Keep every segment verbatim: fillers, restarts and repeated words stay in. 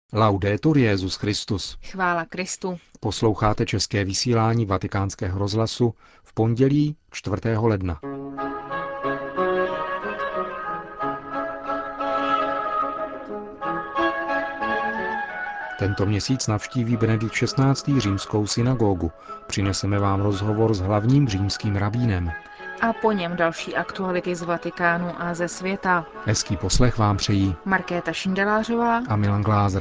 Laudetur Jesus Christus. Chvála Kristu. Posloucháte české vysílání Vatikánského rozhlasu v pondělí čtvrtého ledna. Tento měsíc navštíví Benedikt šestnáctý. Římskou synagogu. Přineseme vám rozhovor s hlavním římským rabínem. A po něm další aktuality z Vatikánu a ze světa. Hezký poslech vám přejí Markéta Šindelářová a Milan Glázer.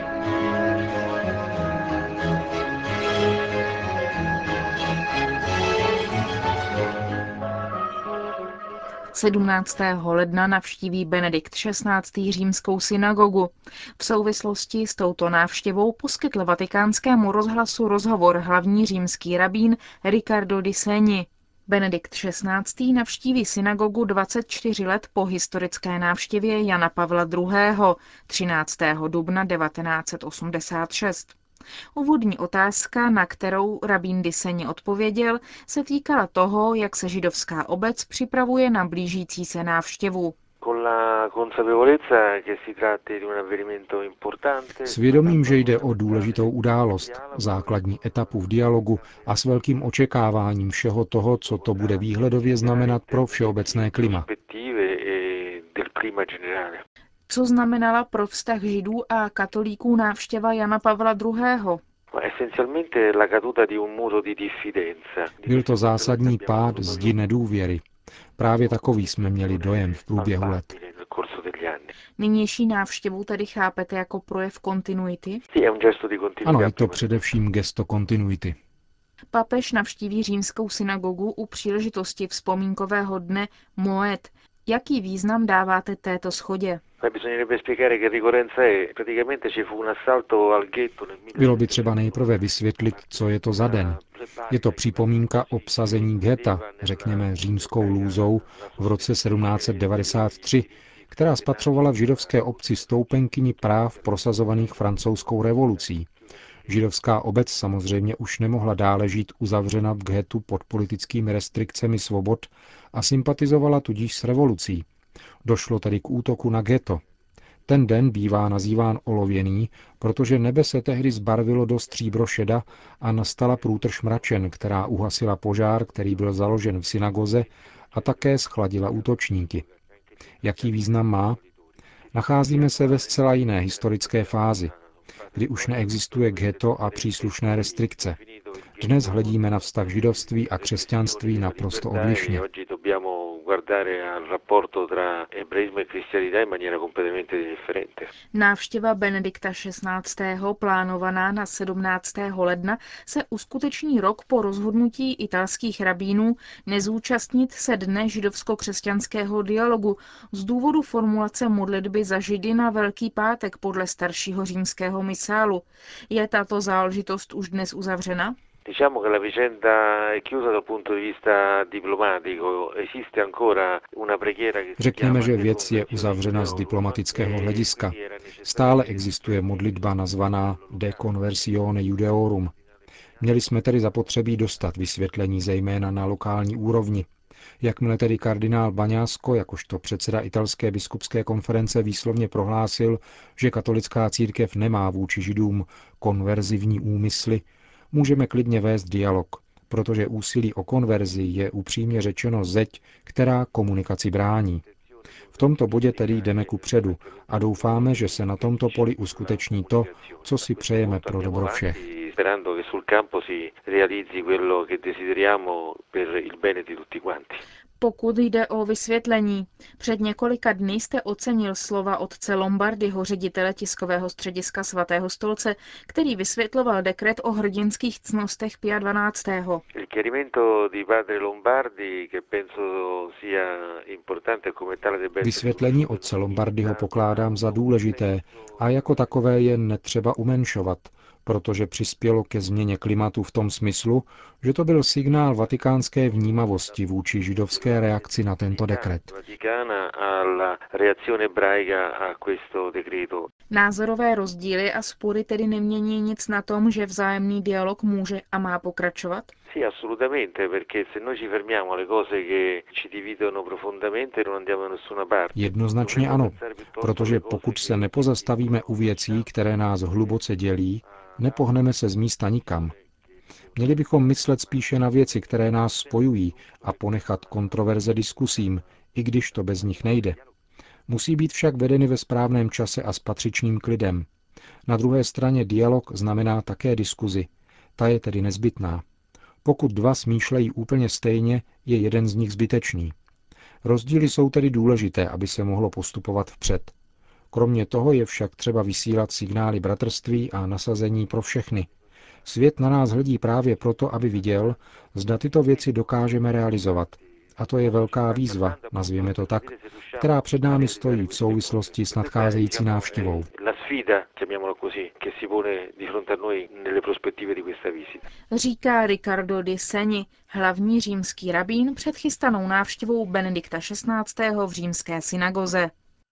sedmnáctého ledna navštíví Benedikt šestnáctý. Římskou synagogu. V souvislosti s touto návštěvou poskytl Vatikánskému rozhlasu rozhovor hlavní římský rabín Riccardo Di Segni. Benedikt šestnáctý. navštíví synagogu dvacet čtyři let po historické návštěvě Jana Pavla druhého. třináctého dubna devatenáct set osmdesát šest. Úvodní otázka, na kterou rabín Di Segni odpověděl, se týkala toho, jak se židovská obec připravuje na blížící se návštěvu. S vědomím, že jde o důležitou událost, základní etapu v dialogu a s velkým očekáváním všeho toho, co to bude výhledově znamenat pro všeobecné klima. Co znamenala pro vztah Židů a katolíků návštěva Jana Pavla druhého. Byl to zásadní pád zdi nedůvěry. Právě takový jsme měli dojem v průběhu let. Nynější návštěvu tedy chápete jako projev kontinuity? Ano, je to především gesto kontinuity. Papež navštíví římskou synagogu u příležitosti vzpomínkového dne Moed. Jaký význam dáváte této shodě? Bylo by třeba nejprve vysvětlit, co je to za den. Je to připomínka obsazení ghetta, řekněme římskou lůzou, v roce sedmnáct set devadesát tři, která spatřovala v židovské obci stoupenkyni práv prosazovaných francouzskou revolucí. Židovská obec samozřejmě už nemohla dále žít uzavřena v ghettu pod politickými restrikcemi svobod a sympatizovala tudíž s revolucí. Došlo tedy k útoku na ghetto. Ten den bývá nazýván olověný, protože nebe se tehdy zbarvilo do stříbrošeda a nastala průtrž mračen, která uhasila požár, který byl založen v synagoze, a také schladila útočníky. Jaký význam má? Nacházíme se ve zcela jiné historické fázi, kdy už neexistuje ghetto a příslušné restrikce. Dnes hledíme na vztah židovství a křesťanství naprosto odlišně. Návštěva Benedikta šestnáctého. plánovaná na sedmnáctého ledna se uskuteční rok po rozhodnutí italských rabínů nezúčastnit se dne židovsko-křesťanského dialogu z důvodu formulace modlitby za Židy na Velký pátek podle staršího římského misálu. Je tato záležitost už dnes uzavřena? Diciamo che la vicenda è chiusa dal punto di vista diplomatico, esiste ancora una preghiera che si Řekněme, že věc je uzavřena z diplomatického hlediska. Stále existuje modlitba nazvaná De Conversione Judeorum. Měli jsme tedy zapotřebí dostat vysvětlení zejména na lokální úrovni. Jakmile tedy kardinál Baňasko, jakožto předseda italské biskupské konference, výslovně prohlásil, že katolická církev nemá vůči Židům konverzivní úmysly, můžeme klidně vést dialog, protože úsilí o konverzi je upřímně řečeno zeď, která komunikaci brání. V tomto bodě tedy jdeme kupředu a doufáme, že se na tomto poli uskuteční to, co si přejeme pro dobro všech. Pokud jde o vysvětlení, před několika dny jste ocenil slova otce Lombardyho, ředitele tiskového střediska Svatého stolce, který vysvětloval dekret o hrdinských ctnostech Pia dvanáctého. Vysvětlení otce Lombardyho pokládám za důležité a jako takové je netřeba umenšovat, protože přispělo ke změně klimatu v tom smyslu, že to byl signál vatikánské vnímavosti vůči židovské reakci na tento dekret. Názorové rozdíly a spory tedy nemění nic na tom, že vzájemný dialog může a má pokračovat? Sì, assolutamente, perché se noi ci fermiamo alle cose che ci dividono profondamente non andiamo da nessuna parte. Jednoznačně ano, protože pokud se nepozastavíme u věcí, které nás hluboce dělí, nepohneme se z místa nikam. Měli bychom myslet spíše na věci, které nás spojují, a ponechat kontroverze diskusím, i když to bez nich nejde. Musí být však vedeny ve správném čase a s patřičným klidem. Na druhé straně dialog znamená také diskuzi. Ta je tedy nezbytná. Pokud dva smýšlejí úplně stejně, je jeden z nich zbytečný. Rozdíly jsou tedy důležité, aby se mohlo postupovat vpřed. Kromě toho je však třeba vysílat signály bratrství a nasazení pro všechny. Svět na nás hledí právě proto, aby viděl, zda tyto věci dokážeme realizovat. A to je velká výzva, nazvěme to tak, která před námi stojí v souvislosti s nadcházející návštěvou. Říká Riccardo Di Segni, hlavní římský rabín před chystanou návštěvou Benedikta šestnáctého v římské synagoze.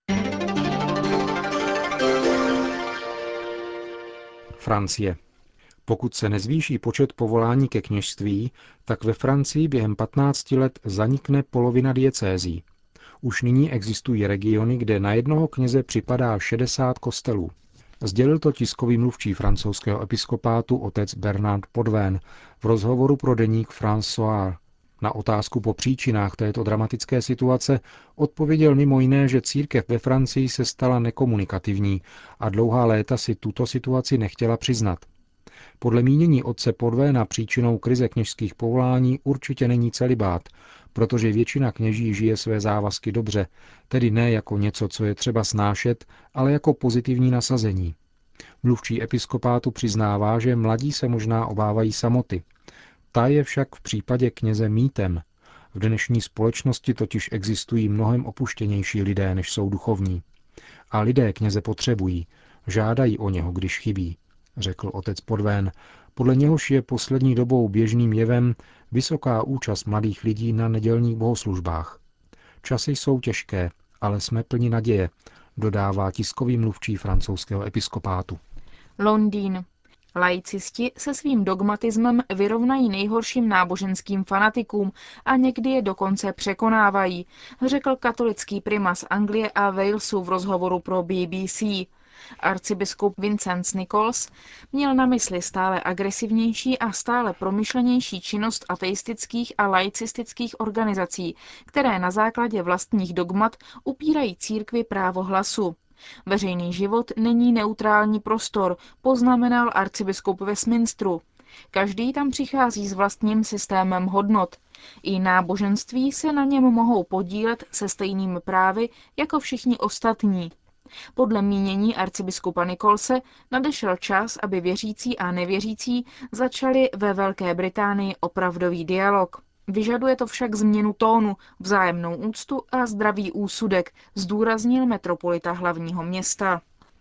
Francie. Pokud se nezvýší počet povolání ke kněžství, tak ve Francii během patnácti let zanikne polovina diecézí. Už nyní existují regiony, kde na jednoho kněze připadá šedesát kostelů. Sdělil to tiskový mluvčí francouzského episkopátu otec Bernard Podvén v rozhovoru pro deník France Soir. Na otázku po příčinách této dramatické situace odpověděl mimo jiné, že církev ve Francii se stala nekomunikativní a dlouhá léta si tuto situaci nechtěla přiznat. Podle mínění otce Podvéna příčinou krize kněžských povolání určitě není celibát, protože většina kněží žije své závazky dobře, tedy ne jako něco, co je třeba snášet, ale jako pozitivní nasazení. Mluvčí episkopátu přiznává, že mladí se možná obávají samoty. Ta je však v případě kněze mýtem. V dnešní společnosti totiž existují mnohem opuštěnější lidé, než jsou duchovní. A lidé kněze potřebují, žádají o něho, když chybí, řekl otec Podvén. Podle něhož je poslední dobou běžným jevem vysoká účast mladých lidí na nedělních bohoslužbách. Časy jsou těžké, ale jsme plni naděje, dodává tiskový mluvčí francouzského episkopátu. Londýn. Laicisti se svým dogmatismem vyrovnají nejhorším náboženským fanatikům a někdy je dokonce překonávají, řekl katolický primas Anglie a Walesu v rozhovoru pro B B C. Arcibiskup Vincent Nichols měl na mysli stále agresivnější a stále promyšlenější činnost ateistických a laicistických organizací, které na základě vlastních dogmat upírají církvi právo hlasu. Veřejný život není neutrální prostor, poznamenal arcibiskup Westminsteru. Každý tam přichází s vlastním systémem hodnot. I náboženství se na něm mohou podílet se stejnými právy jako všichni ostatní. Podle mínění arcibiskupa Nicholse nadešel čas, aby věřící a nevěřící začali ve Velké Británii opravdový dialog. Vyžaduje to však změnu tónu, vzájemnou úctu a zdravý úsudek, zdůraznil metropolita hlavního města.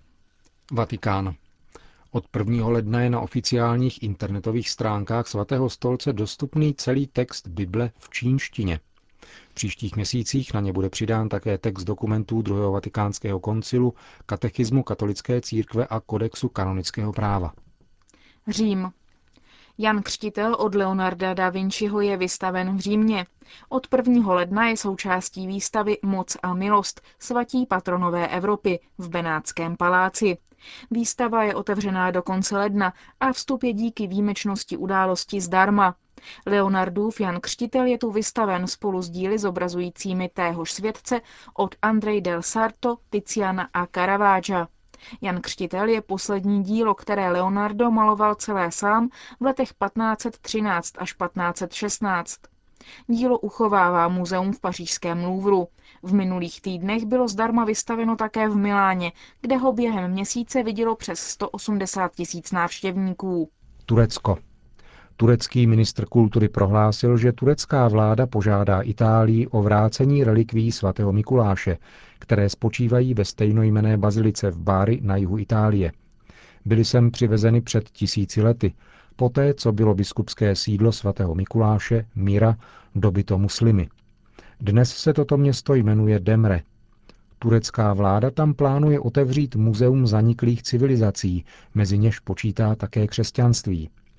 Vatikán. Od prvního ledna je na oficiálních internetových stránkách svatého stolce dostupný celý text Bible v čínštině. V příštích měsících na ně bude přidán také text dokumentů druhého vatikánského koncilu, katechismu katolické církve a kodexu kanonického práva. Řím. Jan Křtitel od Leonarda da Vinciho je vystaven v Římě. Od prvního ledna je součástí výstavy Moc a milost, svatí patronové Evropy v Benátském paláci. Výstava je otevřená do konce ledna a vstup je díky výjimečnosti události zdarma. Leonardův Jan Křtitel je tu vystaven spolu s díly zobrazujícími téhož světce od Andrej del Sarto, Tiziana a Caravaggia. Jan Křtitel je poslední dílo, které Leonardo maloval celé sám v letech patnáct set třináct až patnáct set šestnáct. Dílo uchovává muzeum v pařížském Louvru. V minulých týdnech bylo zdarma vystaveno také v Miláně, kde ho během měsíce vidělo přes sto osmdesát tisíc návštěvníků. Turecko. Turecký ministr kultury prohlásil, že turecká vláda požádá Itálii o vrácení relikví svatého Mikuláše, které spočívají ve stejnojmenné bazilice v Bari na jihu Itálie. Byly sem přivezeny před tisíci lety, poté co bylo biskupské sídlo svatého Mikuláše, Myra, dobyto muslimy. Dnes se toto město jmenuje Demre. Turecká vláda tam plánuje otevřít muzeum zaniklých civilizací, mezi něž počítá také křesťanství.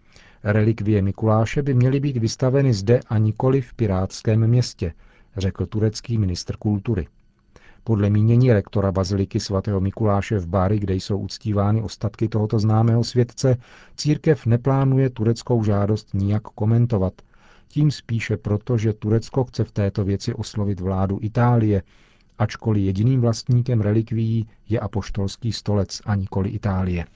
Relikvie Mikuláše by měly být vystaveny zde a nikoli v pirátském městě, řekl turecký ministr kultury. Podle mínění rektora baziliky svatého Mikuláše v Bari, kde jsou uctívány ostatky tohoto známého světce, církev neplánuje tureckou žádost nijak komentovat. Tím spíše proto, že Turecko chce v této věci oslovit vládu Itálie, ačkoliv jediným vlastníkem relikvií je apoštolský stolec a nikoli Itálie.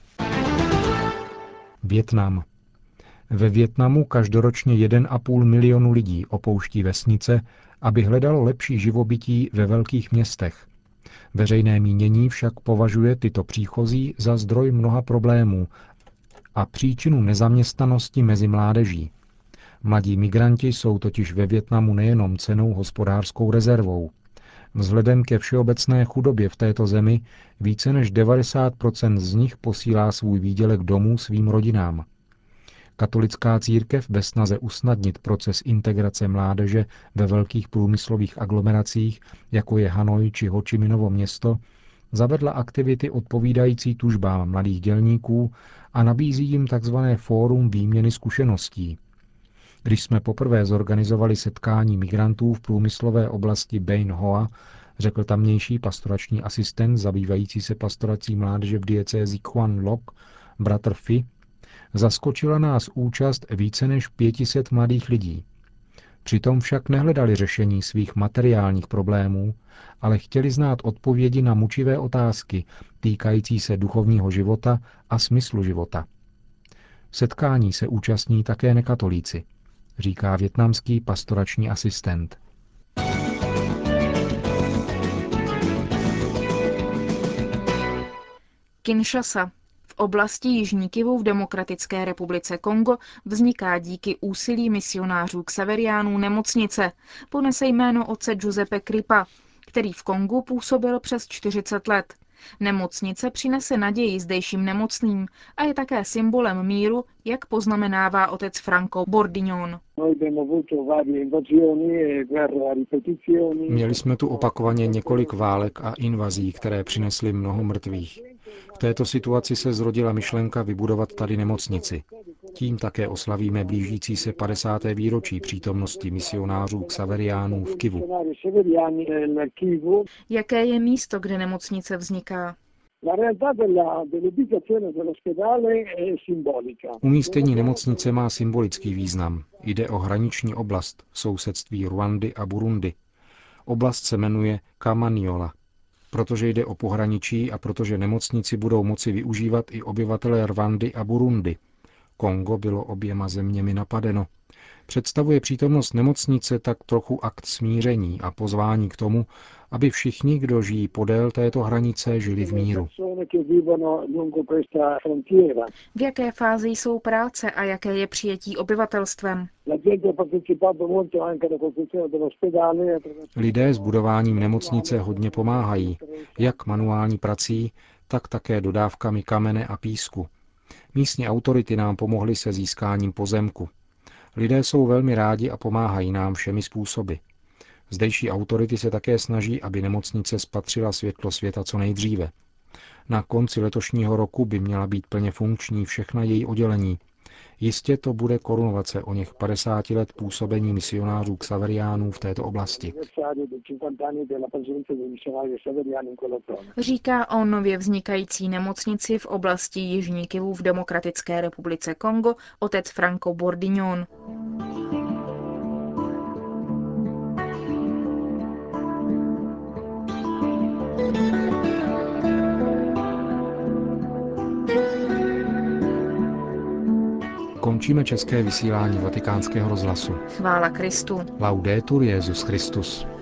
Vietnam. Ve Vietnamu každoročně jeden a půl milionu lidí opouští vesnice, aby hledalo lepší živobytí ve velkých městech. Veřejné mínění však považuje tyto příchozí za zdroj mnoha problémů a příčinu nezaměstnanosti mezi mládeží. Mladí migranti jsou totiž ve Vietnamu nejenom cennou hospodářskou rezervou. Vzhledem ke všeobecné chudobě v této zemi více než devadesát procent z nich posílá svůj výdělek domů svým rodinám. Katolická církev ve snaze usnadnit proces integrace mládeže ve velkých průmyslových aglomeracích, jako je Hanoj či Ho Chi Minovo město, zavedla aktivity odpovídající tužbám mladých dělníků a nabízí jim tzv. Fórum výměny zkušeností. Když jsme poprvé zorganizovali setkání migrantů v průmyslové oblasti Bain Hoa, řekl tamnější pastorační asistent zabývající se pastorací mládeže v diecézi Quan Loc, bratr Phi, zaskočila nás účast více než pět set mladých lidí. Přitom však nehledali řešení svých materiálních problémů, ale chtěli znát odpovědi na mučivé otázky týkající se duchovního života a smyslu života. Setkání se účastní také nekatolíci, říká vietnamský pastorační asistent. Kinshasa. V oblasti Jižní Kivu v Demokratické republice Kongo vzniká díky úsilí misionářů ksaveriánů nemocnice. Ponese jméno otce Giuseppe Kripa, který v Kongu působil přes čtyřicet let. Nemocnice přinese naději zdejším nemocným a je také symbolem míru, jak poznamenává otec Franco Bordignon. Měli jsme tu opakovaně několik válek a invazí, které přinesly mnoho mrtvých. V této situaci se zrodila myšlenka vybudovat tady nemocnici. Tím také oslavíme blížící se padesáté výročí přítomnosti misionářů ksaveriánů v Kivu. Jaké je místo, kde nemocnice vzniká? Umístění nemocnice má symbolický význam. Jde o hraniční oblast v sousedství Rwandy a Burundi. Oblast se jmenuje Kamaniola, protože jde o pohraničí a protože nemocnici budou moci využívat i obyvatelé Rwandy a Burundi. Kongo bylo oběma zeměmi napadeno. Představuje přítomnost nemocnice tak trochu akt smíření a pozvání k tomu, aby všichni, kdo žijí podél této hranice, žili v míru. V jaké fázi jsou práce a jaké je přijetí obyvatelstvem? Lidé s budováním nemocnice hodně pomáhají, jak manuální prací, tak také dodávkami kamene a písku. Místní autority nám pomohly se získáním pozemku. Lidé jsou velmi rádi a pomáhají nám všemi způsoby. Zdejší autority se také snaží, aby nemocnice spatřila světlo světa co nejdříve. Na konci letošního roku by měla být plně funkční všechna její oddělení. Jistě to bude korunovace o něch padesáti let působení misionářů ksaveriánů v této oblasti. Říká o nově vznikající nemocnici v oblasti Jižní Kivu v Demokratické republice Kongo otec Franco Bordignon. Končíme české vysílání Vatikánského rozhlasu. Chvála Kristu. Laudetur Jesus Christus.